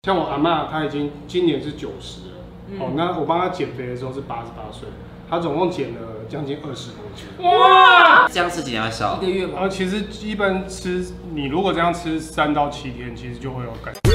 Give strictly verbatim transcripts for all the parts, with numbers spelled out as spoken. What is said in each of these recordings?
像我阿嬷，她已经今年是九十了，嗯、哦，那我帮她减肥的时候是八十八岁，她总共减了将近二十公斤。 哇！这样吃几天少？ 一个月吗？ 啊，其实一般吃，你如果这样吃三到七天，其实就会有感觉。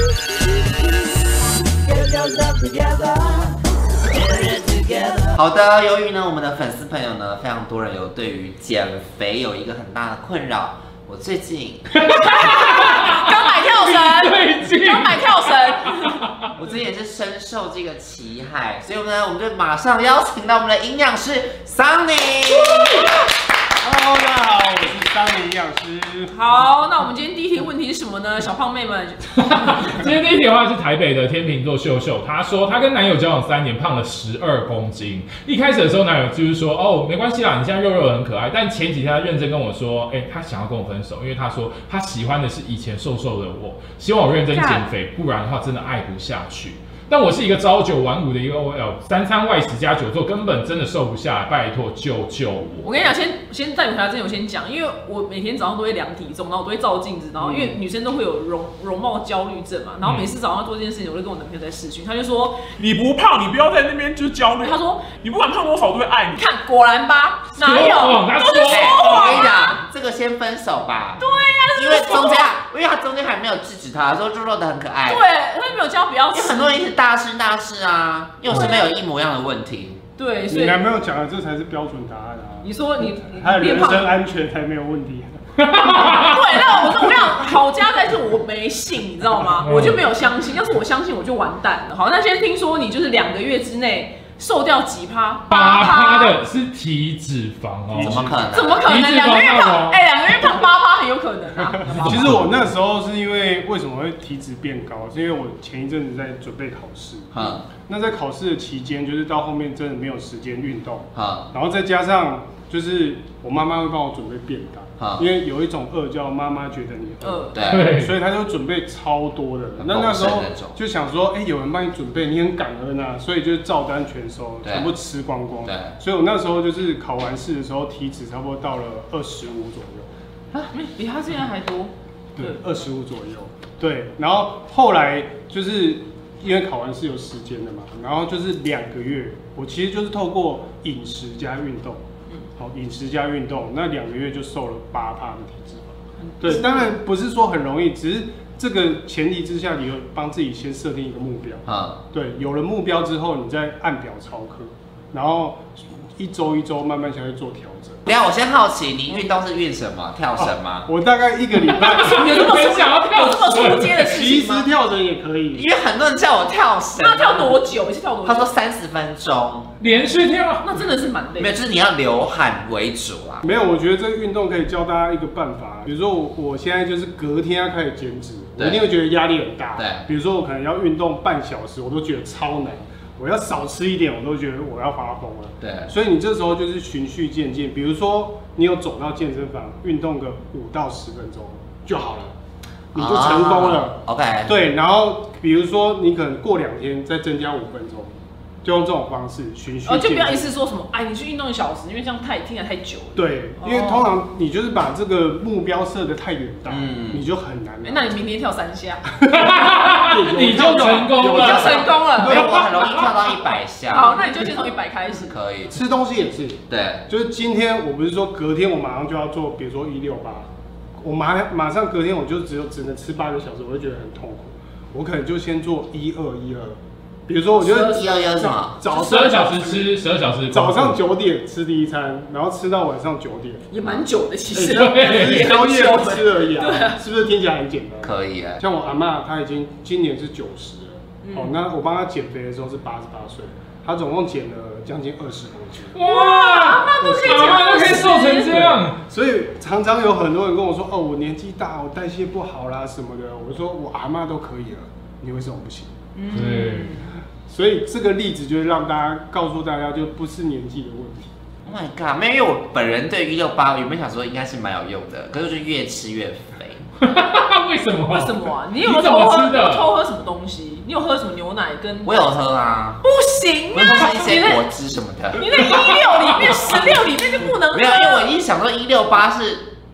好的，由于呢，我们的粉丝朋友呢，非常多人有对于减肥有一个很大的困扰。我最近刚买跳绳，刚买跳绳， 我最近也是深受这个其害，所以呢，我们就马上邀请到我们的营养师桑尼。 Hello， 大家好，我是桑尼营养师。 好，那我们今天第一题问题是什么呢？小胖妹们， 今天第一题的话是台北的天秤座秀秀，她说她跟男友交往三年，胖了十二公斤。一开始的时候，男友就是说哦没关系啦，你现在肉肉很可爱。但前几天他认真跟我说，哎、欸，他想要跟我分手，因为他说他喜欢的是以前瘦瘦的我，希望我认真减肥，不然的话真的爱不下去。但我是一个朝九晚五的一个 O L， 三餐外食加久坐，根本真的瘦不下来，拜托救救我！ 我跟你讲，先先在舞台之前我先讲，因为我每天早上都会量体重，然后我都会照镜子，然后因为女生都会有容容貌焦虑症嘛，然后每次早上做这件事情，我就跟我男朋友在视讯，他就说你不胖，你不要在那边就焦虑。 他说你不管胖多少，我都会爱你。 看，果然吧，哪有？ 他都是说谎。 我跟你讲，这个先分手吧。 对呀， 因为中间，因为他中间还没有制止他，说肉肉的很可爱。 对，他没有教不要吃。 因为很多人一直大吃大吃啊，因为我身边有一模一样的问题。 对，所以你男朋友讲的这才是标准答案啊！ 你说你他的人身安全才没有问题。 对，那我说我跟你讲，好家在是我没信，你知道吗？我就没有相信，要是我相信，我就完蛋了。好，那先听说你就是两个月之内瘦掉几趴？ 八趴的是体脂肪哦， 怎么可能？ 怎么可能？两个月胖，哎，两个月胖八趴很有可能啊。 其实我那时候是因为为什么会体脂变高，是因为我前一阵子在准备考试。嗯。那在考试的期间，就是到后面真的没有时间运动。嗯。然后再加上就是我妈妈会帮我准备便当。因为有一种饿叫妈妈觉得你饿， 对， 所以他就准备超多的。那那时候就想说，哎、欸，有人帮你准备，你很感恩啊，所以就照单全收，全部吃光光。对，所以我那时候就是考完试的时候，体脂差不多到了二十五左右。 啊，比他现在还多。 对，二十五左右。对，然后后来就是因为考完试有时间的嘛，然后就是两个月，我其实就是透过饮食加运动。好，饮食加运动，那两个月就瘦了八趴的体脂肪。对，当然不是说很容易，只是这个前提之下，你有帮自己先设定一个目标。啊，对，有了目标之后，你再按表操课，然后一周一周慢慢下去做调整。 不要，我先好奇，你运动是运什么？跳绳吗？ 我大概一个礼拜。 有这么想要跳这么出街的事情吗？ 其实跳绳也可以， 因为很多人叫我跳绳。 那跳多久？你是跳多久？ 他说三十分钟， 连续跳， 那真的是蛮累。 没有，就是你要流汗为主啊。 没有，我觉得这个运动可以教大家一个办法，比如说我我现在就是隔天要开始减脂，我一定会觉得压力很大。对，比如说我可能要运动半小时，我都觉得超难。我要少吃一点，我都觉得我要发疯了。对，所以你这时候就是循序渐进，比如说你有走到健身房运动个五到十分钟就好了，你就成功了。 啊、OK。 对，然后比如说你可能过两天再增加五分钟，就用这种方式循序渐进。哦， 就不要一次说什么，哎，你去运动一小时，因为这样太听起来太久了。 对，因为通常你就是把这个目标设得太远大，嗯、你就很难。 欸、那你明天跳三下。 你就成功了， 你就成功了。 对，我很容易跳到一百下。 好，那你就先从一百开始。 可以。 吃东西也是。 对。 就是今天我不是说隔天我马上就要做，比如说一六八，我马马上隔天我就只有只能吃八个小时，我会觉得很痛苦。我可能就先做一二一二。比如说，我觉得一二一二什么？ 早十二小时吃，十二小时。 早上九点吃第一餐，然后吃到晚上九点， 也蛮久的，其实。 对，宵夜不吃而已啊，是不是听起来很简单？ 可以哎。 像我阿嬷，她已经今年是九十了，哦，那我帮她减肥的时候是八十八岁，她总共减了将近二十公斤。 哇， 那都可以减， 都可以瘦成这样。 所以常常有很多人跟我说，哦，我年纪大，我代谢不好啦什么的。我说我阿嬷都可以了，你为什么不行？ 对。 所以这个例子就是让大家告诉大家，就不是年纪的问题。 Oh my god！ 没有，因为我本人对一六八原本想说应该是蛮有用的，可是就越吃越肥。 为什么？ 为什么啊？你有没有偷喝？偷喝什么东西？你有喝什么牛奶跟？ 我有喝啊。 不行啊！ 我喝一些果汁什么的。 你那一六里面、十六里面就不能喝。 没有，因为我一想说一六八是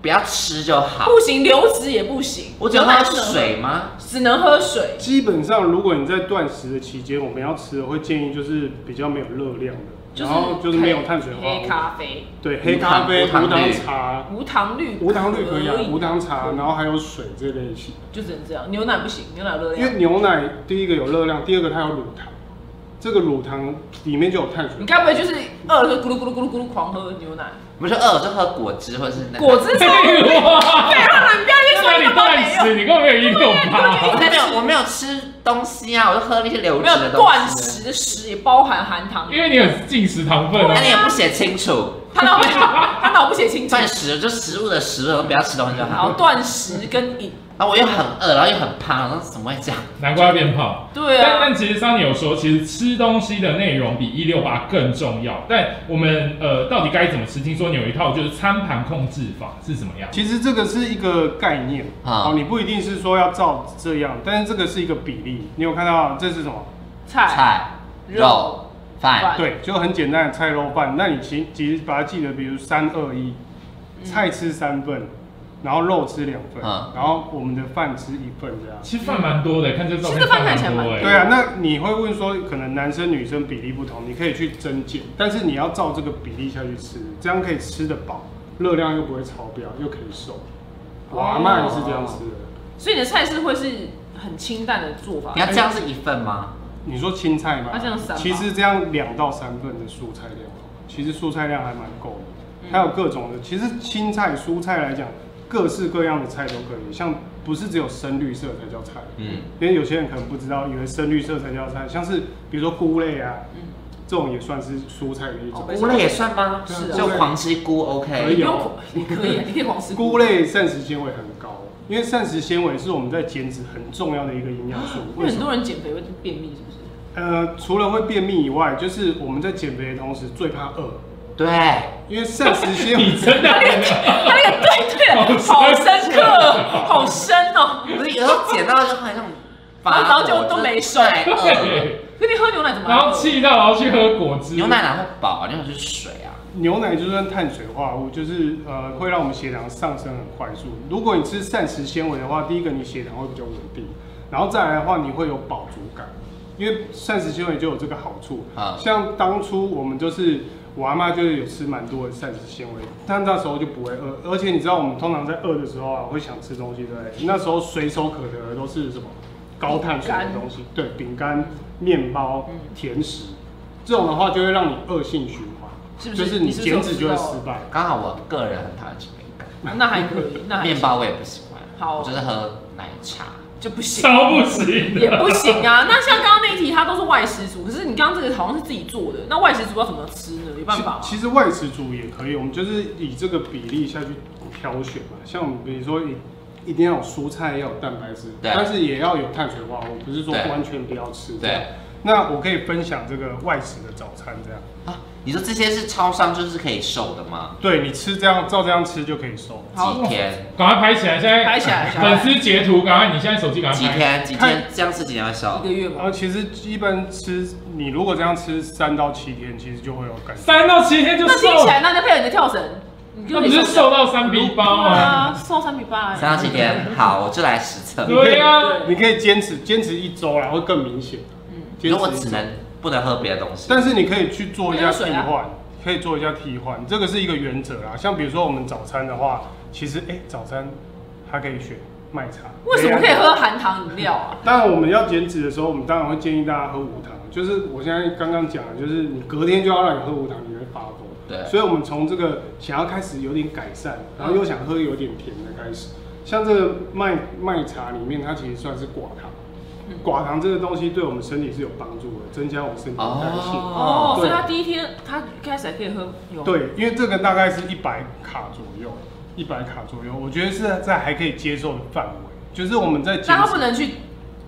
不要吃就好。 不行，流质也不行。 我只能喝水吗？ 只能喝水。 基本上，如果你在断食的期间，我们要吃的会建议就是比较没有热量的。 就是、 然后就是没有碳水化合物， 黑咖啡， 对，黑咖啡、无糖茶、 无糖绿、 无糖绿可以啊，无糖茶，然后还有水这类型， 就只能这样。牛奶不行，牛奶有热量， 因为牛奶第一个有热量，第二个它有乳糖，这个乳糖里面就有碳水。 你该不会就是饿了就咕噜咕噜咕噜咕噜狂喝牛奶？ 不是饿了就喝果汁或者是那果汁超对，让人不要再说你断食，你根本没有一六八。 我没有，我没有吃东西啊，我就喝那些流质的东西。 没有断食的食也包含含糖， 因为你有进食糖分， 那你也不写清楚。 他脑不写，他脑不写清楚。 断食就食物的食物，不要吃东西就好。 然后断食跟饮。 然后我又很饿，然后又很胖，然后怎么会这样？ 难怪要变胖。 对啊。 但但其实桑尼有说，其实吃东西的内容比一六八更重要。但我们呃到底该怎么吃？听说你有一套就是餐盘控制法是怎么样？ 其实这个是一个概念啊、哦，你不一定是说要照这样，但是这个是一个比例。你有看到这是什么？ 菜、 菜、肉、饭。 对，就很简单的菜肉饭。那你其其实把它记得，比如三二一，菜吃三份。然后肉吃两份，嗯、然后我们的饭吃一份，这样。 其实饭蛮多的，看这照片。 其实饭看起来蛮多。 对啊，那你会问说，可能男生女生比例不同，你可以去增减，但是你要照这个比例下去吃，这样可以吃得饱，热量又不会超标，又可以瘦。我阿嬤也是这样吃的。 所以你的菜式会是很清淡的做法。 你要这样是一份吗？ 你说青菜吗？ 它这样三。 其实这样两到三份的蔬菜量，其实蔬菜量还蛮够的。还有各种的，其实青菜、蔬菜来讲。各式各样的菜都可以，像不是只有深绿色才叫菜，嗯，因为有些人可能不知道，以为深绿色才叫菜，像是比如说菇类啊，嗯，这种也算是蔬菜的一种。 菇类也算吗？ 是， 就狂吃菇 OK。 可以哦，你可以，你可以狂吃。 菇类膳食纤维很高，因为膳食纤维是我们在减脂很重要的一个营养素。 因为很多人减肥会便秘，是不是？ 呃，除了会便秘以外，就是我们在减肥的同时最怕饿。 对， 因为膳食纤维， 你真的， 他那个对对，好深刻，好深哦。 不是有时候减到就好像， 然后就都没睡。可你喝牛奶怎么？ 然后气到然后去喝果汁， 牛奶哪会饱啊？牛奶就是水啊。 牛奶就是碳水化合物，就是呃会让我们血糖上升很快速。如果你吃膳食纤维的话，第一个你血糖会比较稳定，然后再来的话你会有饱足感，因为膳食纤维就有这个好处。啊，像当初我们就是。我阿嬤就是有吃蛮多的膳食纤维，但那时候就不会饿，而且你知道我们通常在饿的时候啊，会想吃东西，对不对？那时候随手可得的都是什么高碳水的东西，对，饼干、面包、甜食，这种的话就会让你恶性循环， 是不是？ 就是你减脂就会失败。 刚好我个人很讨厌吃饼干， 那还可以，那还面包我也不喜欢， 好， 我就是喝奶茶。 就不行， 超不行， 也不行啊。那像刚刚那一题，它都是外食族，可是你刚刚这个好像是自己做的，那外食族要怎么吃呢？没办法。 其实外食族也可以，我们就是以这个比例下去挑选嘛。像我们比如说一一定要有蔬菜，要有蛋白质，但是也要有碳水化合物，不是说完全不要吃。对。那我可以分享这个外食的早餐这样啊？你说这些是超商就是可以瘦的吗？ 对，你吃这样照这样吃就可以瘦。 几天？ 赶快拍起来！现在拍起来！ 粉丝截图，赶快！你现在手机赶快拍。 几天？几天？这样吃几天会瘦？ 一个月吧。 然后其实一般吃，你如果这样吃三到七天，其实就会有感觉。 三到七天就瘦？ 那听起来，那就配合你的跳绳。 那不是瘦到三比八吗？ 啊，瘦三比八。 三到七天，好，我就来实测。 对啊， 你可以坚持，坚持一周啦，会更明显。 嗯，如果只能不能喝别的东西， 但是你可以去做一下替换。可以做一下替换，这个是一个原则啦。像比如说我们早餐的话，其实哎、欸，早餐它可以选麦茶。 为什么可以喝含糖饮料啊？ 当然我们要减脂的时候，我们当然会建议大家喝无糖。就是我现在刚刚讲的，就是你隔天就要让你喝无糖，你会发疯。 对。 所以我们从这个想要开始有点改善，然后又想喝有点甜的开始。像这个麦麦茶里面，它其实算是寡糖。寡糖这个东西对我们身体是有帮助的，增加我们身体的代谢。 哦，所以他第一天他开始还可以喝有。 对，因为这个大概是一百卡左右，一百卡左右，我觉得是在还可以接受的范围。就是我们在， 但他不能去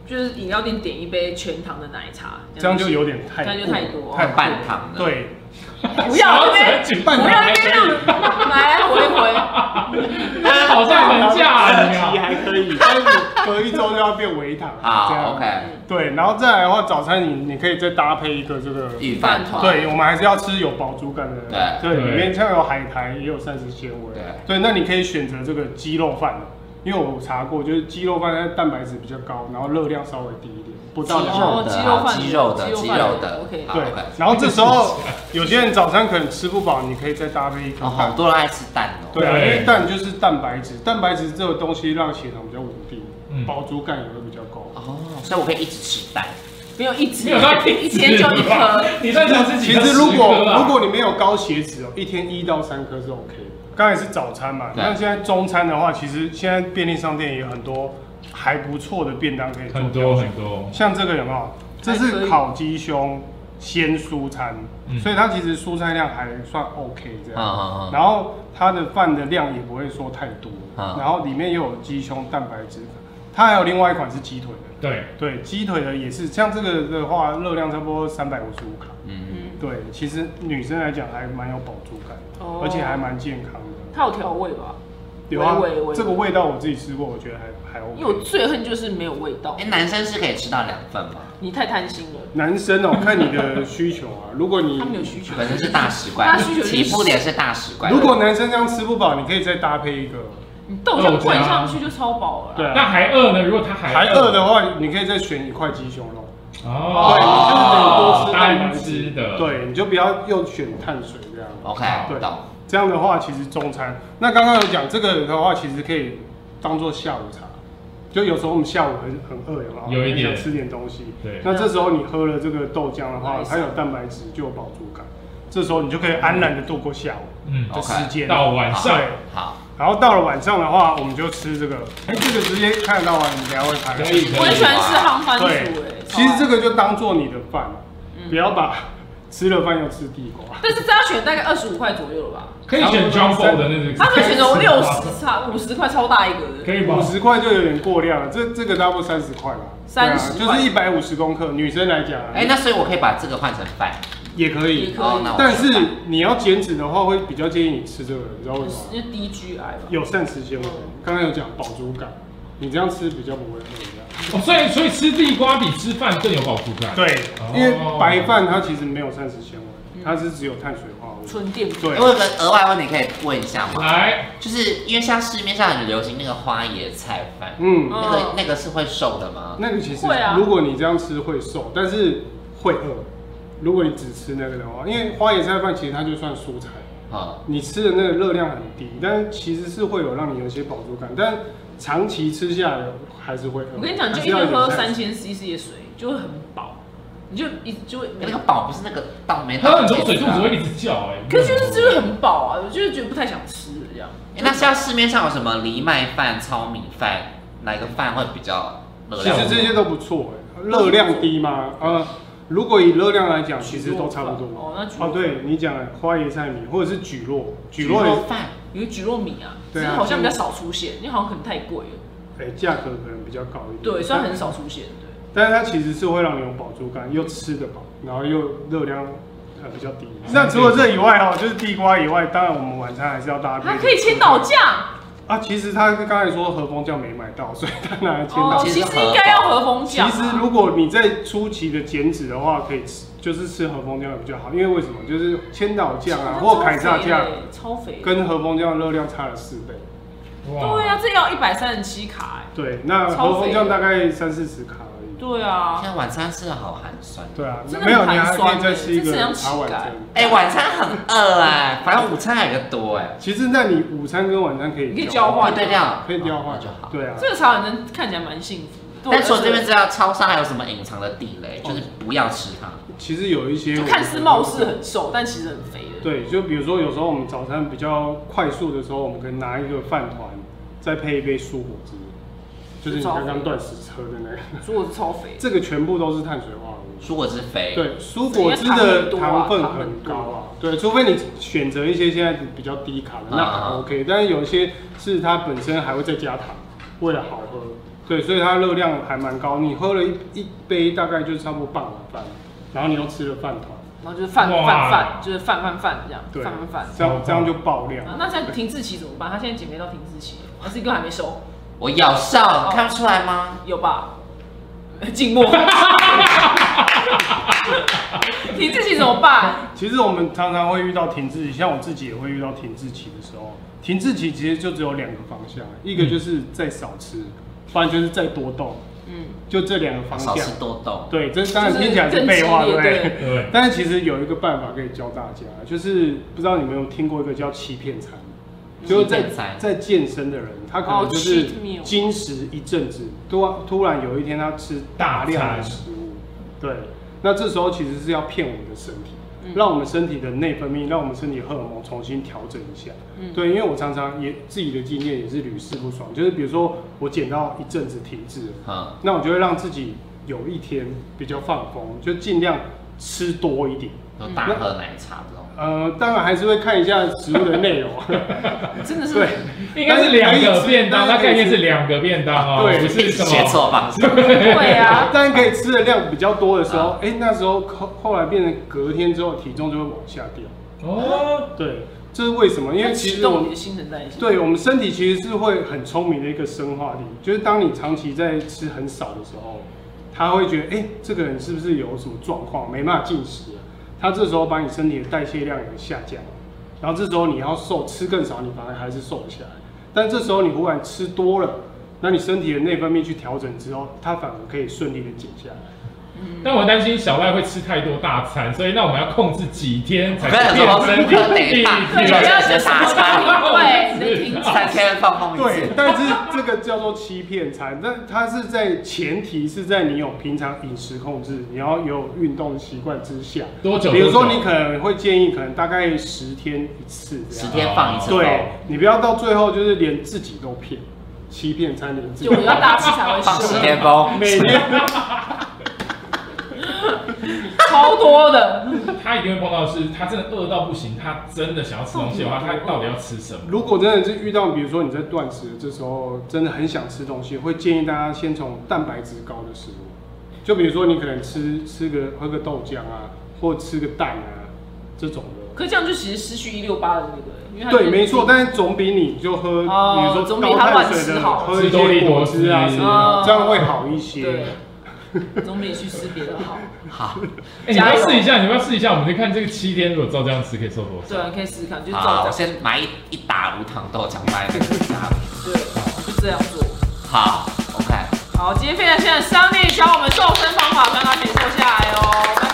就是饮料店点一杯全糖的奶茶， 这样就有点太， 这样就太多， 太半糖的。 对， 不要那边，不要那边让来回回， 好像很假你还可以，但是隔一周就要变微糖。 好 ，OK。 对，然后再来的话，早餐你你可以再搭配一个这个御饭团。 对，我们还是要吃有饱足感的。 对， 对，里面像有海苔，也有膳食纤维。对，那你可以选择这个鸡肉饭。因为我查过，就是鸡肉饭它蛋白质比较高，然后热量稍微低一点，不到两肉的、鸡肉饭、鸡肉的、鸡肉的。 OK。 对，然后这时候有些人早餐可能吃不饱，你可以再搭配一个。 哦，好多人爱吃蛋哦。 对啊，因为蛋就是蛋白质，蛋白质这个东西让血糖比较稳定，饱足感也会比较高。 哦，所以我可以一直吃蛋。 没有一直， 没有到一天就一颗。 你算想自己其实如果如果你没有高血脂哦，一天一到三颗是 OK 的。刚才是早餐嘛，那现在中餐的话，其实现在便利商店也有很多还不错的便当可以做。 很多很多。 像这个有没有？这是烤鸡胸鲜蔬餐，所以它其实蔬菜量还算 OK 这样。然后它的饭的量也不会说太多，然后里面又有鸡胸蛋白质。它还有另外一款是鸡腿的。 对对，鸡腿的也是，像这个的话，热量差不多三百五十五卡。嗯嗯。对，其实女生来讲还蛮有饱足感，而且还蛮健康的。 它有调味吧？ 有啊，这个味道我自己吃过，我觉得还还 OK。 因为我最恨就是没有味道。 哎，男生是可以吃到两份吗？ 你太贪心了。 男生哦，看你的需求啊。如果你他没有需求， 本身是大食怪，起步点是大食怪。 如果男生这样吃不饱，你可以再搭配一个。 你豆浆灌上去就超饱了。 对啊。 那还饿呢？如果他还还饿的话，你可以再选一块鸡胸肉。 哦。 对，你就是等于多吃单吃的。 对，你就不要又选碳水这样。 OK， 对。 这样的话，其实中餐，那刚刚有讲这个的话，其实可以当做下午茶。就有时候我们下午很很饿，有没有？ 有一点想吃点东西。 对。 那这时候你喝了这个豆浆的话，它有蛋白质，就有饱足感。这时候你就可以安然的度过下午嗯的时间。 到晚上。 好。 然后到了晚上的话，我们就吃这个。哎，这个直接看得到啊，你等下会拍。 可以。 我很喜欢吃夯番薯哎。 其实这个就当做你的饭，不要把吃了饭又吃地瓜。 但是这要选大概二十五块左右了吧？ 可以选 Jumbo 的那种。 他们选择六十差五十块超大一个的。 可以吧？ 五十块就有点过量了，这这个差不多三十块吧。 三十就是一百五十公克，女生来讲。 哎，那所以我可以把这个换成饭。 也可以， 也可以。 但是你要减脂的话，会比较建议你吃这个，你知道为什么？ 因为低 G I 吧。 有膳食纤维，刚刚有讲饱足感，你这样吃比较不会饿这样。 哦，所以所以吃地瓜比吃饭更有饱足感。 对，因为白饭它其实没有膳食纤维，它是只有碳水化合物。 纯淀粉。 对。我有个额外问题可以问一下吗？ 来， 就是因为像市面上很流行那个花椰菜饭， 嗯， 那个那个是会瘦的吗？ 那个其实会啊， 如果你这样吃会瘦，但是会饿。如果你只吃那个的话，因为花椰菜饭其实它就算蔬菜，啊，你吃的那个热量很低，但是其实是会有让你有一些饱足感，但长期吃下来还是会饿。 我跟你讲，就一天喝三千 C C 的水就会很饱，你就一就会那个饱不是那个倒没喝很多水肚子会一直叫哎， 可是就是就会很饱啊，我就是觉得不太想吃这样。 那像市面上有什么藜麦饭、糙米饭，哪个饭会比较热量？ 其实这些都不错哎，热量低吗？呃。如果以热量来讲，其实都差不多。 哦，那哦，对你讲的花椰菜米或者是蒟蒻， 蒟蒻饭有蒟蒻米啊， 对啊， 好像比较少出现，因为好像可能太贵了。 哎，价格可能比较高一点。 对，虽然很少出现，对。 但是它其实是会让你有饱足感，又吃得饱，然后又热量呃比较低。那除了这以外哈，就是地瓜以外，当然我们晚餐还是要搭配。 还可以千岛酱。 啊，其实他刚才说和风酱没买到，所以他拿来千岛。 哦，其实应该要和风酱。 其实如果你在初期的减脂的话，可以吃，就是吃和风酱比较好，因为为什么？就是千岛酱啊，或凯撒酱， 超肥， 跟和风酱热量差了四倍。 对啊，这要一百三十七卡哎。 对，那和风酱大概三四十卡而已。 对啊。 现在晚餐吃的好寒酸。 对啊，没有，你还可以再吃一个茶碗蒸。 哎，晚餐很饿哎，反正午餐还比较多哎。 其实那你午餐跟晚餐可以， 你可以交换， 对，这样可以交换就好。 对啊， 这个茶碗蒸看起来蛮幸福。 但除了这边知道，超商还有什么隐藏的地雷，就是不要吃它。 其实有一些看似貌似很瘦，但其实很肥的。 对，就比如说有时候我们早餐比较快速的时候，我们可以拿一个饭团，再配一杯蔬果汁，就是你刚刚断食喝的那个。 蔬果汁超肥。 这个全部都是碳水化合物。 蔬果汁肥。 对，蔬果汁的糖分很高啊。对，除非你选择一些现在比较低卡的，那还 OK。但是有一些是它本身还会再加糖，为了好喝。 对，所以它热量还蛮高。你喝了一一杯大概就是差不多半碗饭，然后你又吃了饭团， 然后就是饭饭饭，就是饭饭饭这样， 对， 饭饭饭， 这样这样就爆量。 啊、那在停滞期怎么办？他现在减肥到停滞期，还是一个还没瘦？ 我咬上，看不出来吗？ 有吧？静默。停滞期怎么办？ 其实我们常常会遇到停滞期，像我自己也会遇到停滞期的时候。停滞期其实就只有两个方向，一个就是再少吃，不然就是再多动。嗯，就这两个方向。 少吃多动。 对，这当然听起来是废话，对不对？ 对。 但是其实有一个办法可以教大家，就是不知道你们有听过一个叫欺骗餐。就是在在健身的人，他可能就是禁食一阵子，突突然有一天他吃大量的食物，对，那这时候其实是要骗我们的身体，嗯、让我们身体的内分泌，让我们身体荷尔蒙重新调整一下。嗯、对，因为我常常也自己的经验也是屡试不爽，就是比如说我减到一阵子停滞了，嗯、那我就会让自己有一天比较放风，就尽量吃多一点， 有大喝奶茶这种。 呃，当然还是会看一下食物的内容， 真的是对， 应该是两个便当，它概念是两个便当哦，对，不是什么写错方式。 对啊， 但可以吃的量比较多的时候，哎、啊欸，那时候后后来变成隔天之后体重就会往下掉。哦，对，这是为什么？因为其实我们新陈代谢， 对我们身体其实是会很聪明的一个生化力，就是当你长期在吃很少的时候，他会觉得，哎、欸，这个人是不是有什么状况，没办法进食啊？他这时候把你身体的代谢量也下降，然后这时候你要瘦，吃更少，你反而还是瘦不下来。但这时候你忽然吃多了，那你身体的内分泌去调整之后，它反而可以顺利的减下来。 嗯、但我担心小赖会吃太多大餐，所以那我们要控制几天才变身体？ 对，不要吃大餐， 对， 三天放风一次。 对，但是这个叫做欺骗餐，但它是在前提是在你有平常饮食控制，你要有运动习惯之下。 多久？ 比如说你可能会建议，可能大概十天一次， 十天放一次。 对，你不要到最后就是连自己都骗，欺骗餐连自己。 就要大吃才会放十天风， 每天。 超多的， 他一定会碰到的是，他真的饿到不行，他真的想要吃东西的话，他到底要吃什么？ 如果真的是遇到，比如说你在断食，这时候真的很想吃东西，会建议大家先从蛋白质高的食物，就比如说你可能吃吃个喝个豆浆啊，或吃个蛋啊这种的。 可这样就其实失去一六八的那个，因为对，没错，但是总比你就喝， 哦、 比如说高碳水的，喝一些果汁啊什么，这样会好一些。 对。总比去吃别的好。 好， 哎、欸，你要试一下，你要试一下，我们就看这个七天如果照这样吃可以瘦多少。 对，可以试试看，就照。 好，我先买一一打无糖豆浆卖给大家。 对，就这样做。 好 ，OK。 好，今天非常谢谢桑尼教我们瘦身方法，让他可以瘦下来哦。